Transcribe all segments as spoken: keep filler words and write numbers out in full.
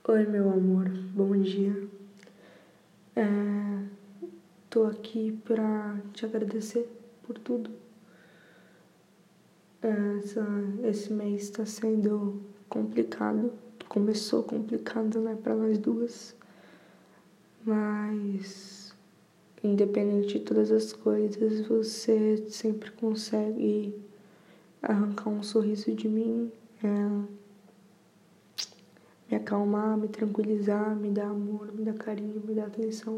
Oi, meu amor, bom dia. É, tô aqui pra te agradecer por tudo. Essa, esse mês tá sendo complicado. Começou complicado, né, pra nós duas. Mas, independente de todas as coisas, você sempre consegue arrancar um sorriso de mim, é, me acalmar, me tranquilizar, me dar amor, me dar carinho, me dar atenção.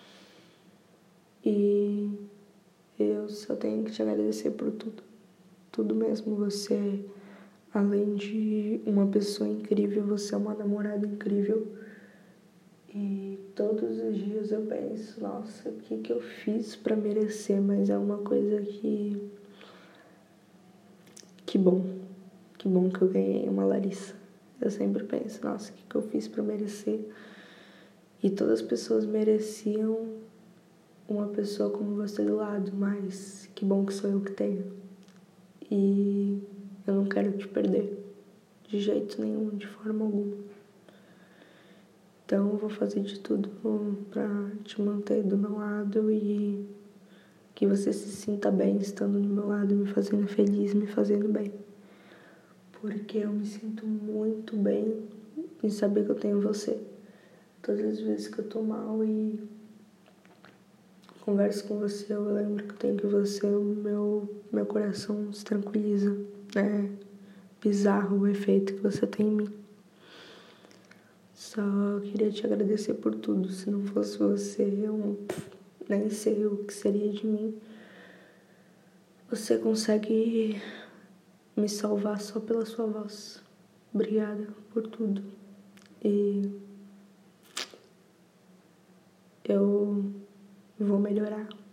E eu só tenho que te agradecer por tudo. Tudo mesmo. Você, além de uma pessoa incrível, você é uma namorada incrível. E todos os dias eu penso, nossa, o que que eu fiz pra merecer? Mas é uma coisa que... Que bom. Que bom que eu ganhei uma Larissa. Eu sempre penso, nossa, o que que eu fiz pra merecer? E todas as pessoas mereciam uma pessoa como você do lado, mas que bom que sou eu que tenho. E eu não quero te perder, de jeito nenhum, de forma alguma. Então eu vou fazer de tudo pra te manter do meu lado e que você se sinta bem estando do meu lado, me fazendo feliz, me fazendo bem. Porque eu me sinto muito bem em saber que eu tenho você. Todas as vezes que eu tô mal e converso com você, eu lembro que eu tenho que você, o meu, meu coração se tranquiliza. É bizarro o efeito que você tem em mim. Só queria te agradecer por tudo. Se não fosse você, eu nem sei o que seria de mim. Você consegue me salvar só pela sua voz. Obrigada por tudo. E eu vou melhorar.